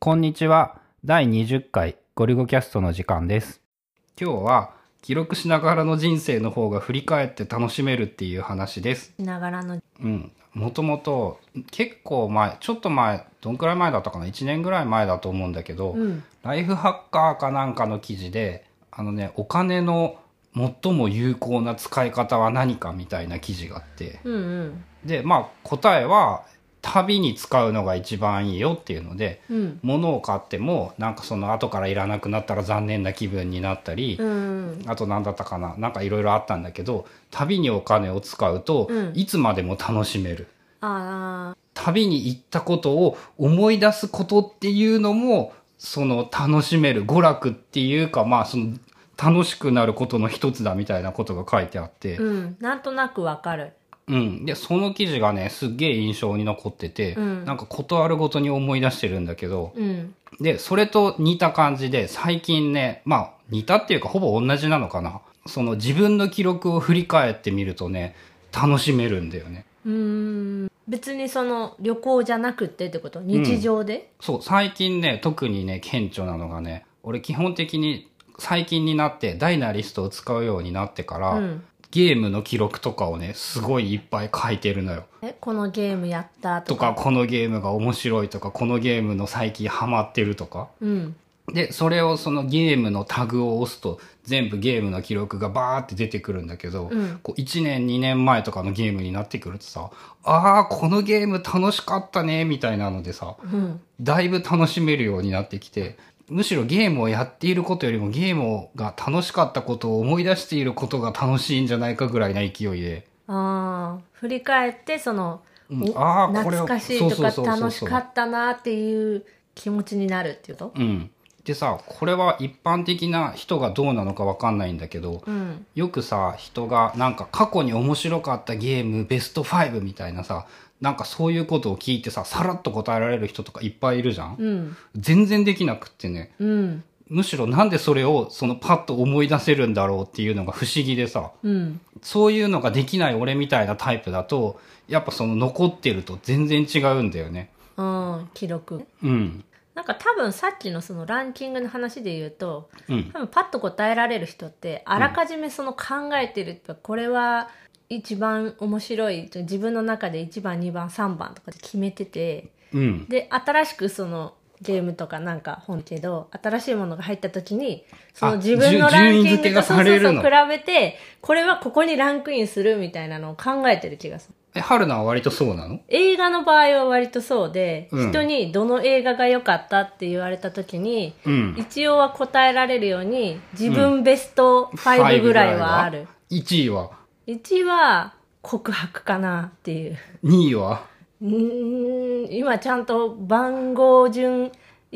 こんにちは。第20回ゴリゴキャストの時間です。今日は記録しながらの人生の方が振り返って楽しめるっていう話です。 しながらの。 もともと結構前、ちょっと前、どんくらい前だったかな ?1 年ぐらい前だと思うんだけど、ライフハッカーかなんかの記事で、お金の最も有効な使い方は何かみたいな記事があって、で、答えは、旅に使うのが一番いいよっていうので、物を買ってもなんかその後からいらなくなったら残念な気分になったり、あと何だったかな、なんかいろいろあったんだけど、旅にお金を使うといつまでも楽しめる、旅に行ったことを思い出すことっていうのもその楽しめる娯楽っていうか、その楽しくなることの一つだみたいなことが書いてあって、 なんとなくわかる。 で、その記事がね、すっげえ印象に残ってて、なんかことあるごとに思い出してるんだけど、で、それと似た感じで、最近ね、似たっていうかほぼ同じなのかな。その自分の記録を振り返ってみるとね、楽しめるんだよね。 別にその旅行じゃなくてってこと？日常で？ そう、最近ね、特にね、顕著なのがね、俺基本的に最近になってダイナリストを使うようになってから、ゲームの記録とかをね、すごいいっぱい書いてるのよ。 このゲームやったとか。 このゲームが面白いとか、このゲームの最近ハマってるとか。で、それをそのゲームのタグを押すと、全部ゲームの記録がバーって出てくるんだけど、こう1年2年前とかのゲームになってくるとさ、このゲーム楽しかったね、みたいなのでさ、だいぶ楽しめるようになってきて、むしろゲームをやっていることよりもゲームが楽しかったことを思い出していることが楽しいんじゃないかぐらいな勢いで。 振り返ってその、懐かしいとか楽しかったなっていう気持ちになるっていうと？ でさ、これは一般的な人がどうなのかわかんないんだけど、よくさ、人がなんか過去に面白かったゲームベスト5みたいなさ、なんかそういうことを聞いてさ、さらっと答えられる人とかいっぱいいるじゃん、全然できなくってね、むしろなんでそれをそのパッと思い出せるんだろうっていうのが不思議でさ、そういうのができない俺みたいなタイプだと、やっぱその残ってると全然違うんだよね。 記録。なんか多分さっきのそのランキングの話で言うと、多分パッと答えられる人ってあらかじめその考えてる、これは一番面白い、自分の中で1番2番3番とかで決めてて、で新しくそのゲームとかなんか本けど新しいものが入った時にその自分のランキングと比べてこれはここにランクインするみたいなのを考えてる気がする。 春菜は割とそうなの？ 映画の場合は割とそうで、人にどの映画が良かったって言われた時に、一応は答えられるように自分ベスト5ぐらいはある。 1位は 1位は告白かなっていう。 2位は今ちゃんと番号順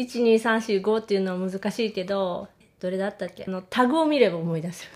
12345っていうのは難しいけど、どれだったっけ？タグを見れば思い出せる。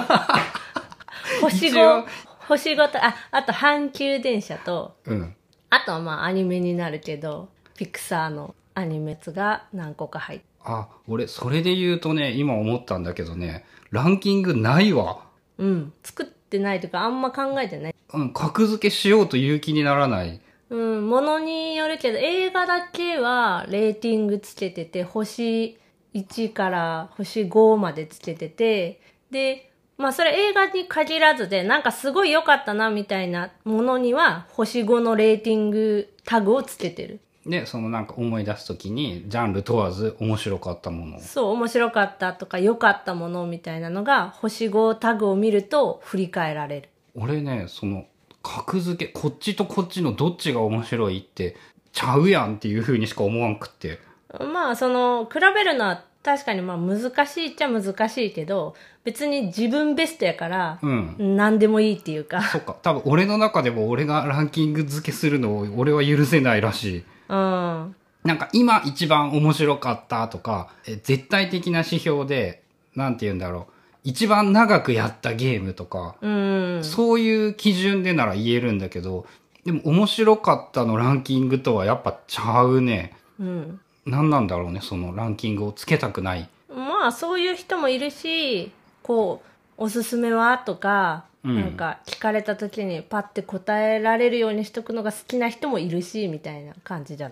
星5と、あと阪急電車と、あとはアニメになるけど、ピクサーのアニメが何個か入って。 俺それで言うとね、今思ったんだけどね、ランキングないわ。 作ってないというかあんま考えてない。 格付けしようという気にならない。 ものによるけど、映画だけはレーティングつけてて、星1から星5までつけてて、で、それ映画に限らずで、なんかすごい良かったなみたいなものには、星5のレーティングタグをつけてる。 で、そのなんか思い出すときに、ジャンル問わず面白かったもの。 そう、面白かったとか良かったものみたいなのが、星5タグを見ると振り返られる。 俺ね、その、格付け、こっちとこっちのどっちが面白いって、ちゃうやんっていう風にしか思わんくって。 比べるのは確かに難しいっちゃ難しいけど、別に自分ベストやから、何でもいいっていうか。 そっか、多分俺の中でも俺がランキング付けするのを俺は許せないらしい。なんか今一番面白かったとか、絶対的な指標で、なんて言うんだろう。一番長くやったゲームとか、そういう基準でなら言えるんだけど、でも面白かったのランキングとはやっぱちゃうね。何なんだろうね、そのランキングをつけたくない。 そういう人もいるし、おすすめはとか、なんか聞かれた時にパッて答えられるようにしとくのが好きな人もいるし、みたいな感じじゃない？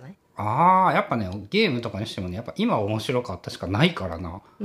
ああ、やっぱね、ゲームとかにしてもね、やっぱ今面白かったしかないからな。 うん。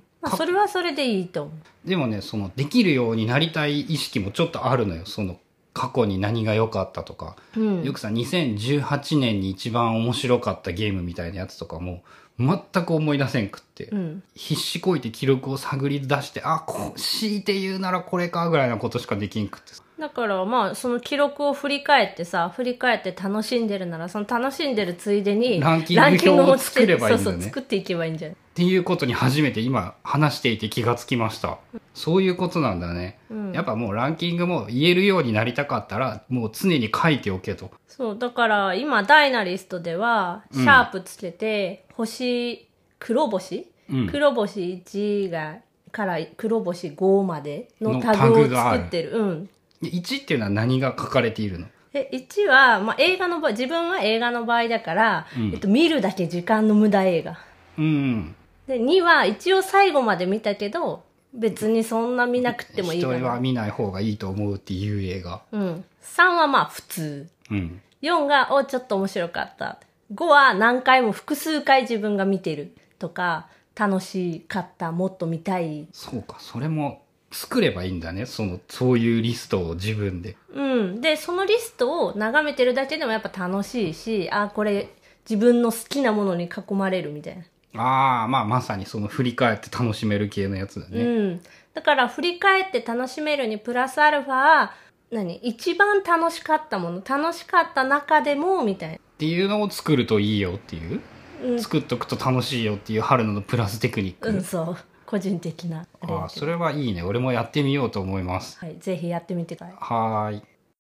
まあ、それはそれでいいと思う。でもね、その、できるようになりたい意識もちょっとあるのよ。その、過去に何が良かったとか。うん、よくさ、2018年に一番面白かったゲームみたいなやつとかも、全く思い出せんくって。うん、必死こいて記録を探り出して、強いて言うならこれか、ぐらいなことしかできんくって。 だからまあその記録を振り返って楽しんでるならその楽しんでるついでにランキング表を作ればいいんだね。 そう作っていけばいいんじゃないっていうことに初めて今話していて気がつきました。そういうことなんだね、うん、やっぱもうランキングも言えるようになりたかったらもう常に書いておけと。 そうだから今ダイナリストではシャープつけて、黒星1がから黒星5までのタグを作ってる。うん。 1っていうのは何が書かれているの ？1は、まあ、映画の場合、自分は映画の場合だから、見るだけ時間の無駄映画。うん。で、2は一応最後まで見たけど、別にそんな見なくてもいいかな。 人は見ない方がいいと思うっていう映画。 うん。3はまあ普通。うん。4が、ちょっと面白かった。5は何回も複数回自分が見てるとか、楽しかった、もっと見たい。 そうか、それも作ればいいんだね。そういうリストを自分で。 うん。で、そのリストを眺めてるだけでもやっぱ楽しいし、これ自分の好きなものに囲まれるみたいな。 まさにその振り返って楽しめる系のやつだね。 うん。だから振り返って楽しめるにプラスアルファ、一番楽しかったもの、楽しかった中でも、みたいな。 っていうのを作るといいよっていう、うん、作っとくと楽しいよっていう春菜のプラステクニック。 うん、そう。個人的な。 それはいいね。俺もやってみようと思います。 はい。ぜひやってみてください。 はい。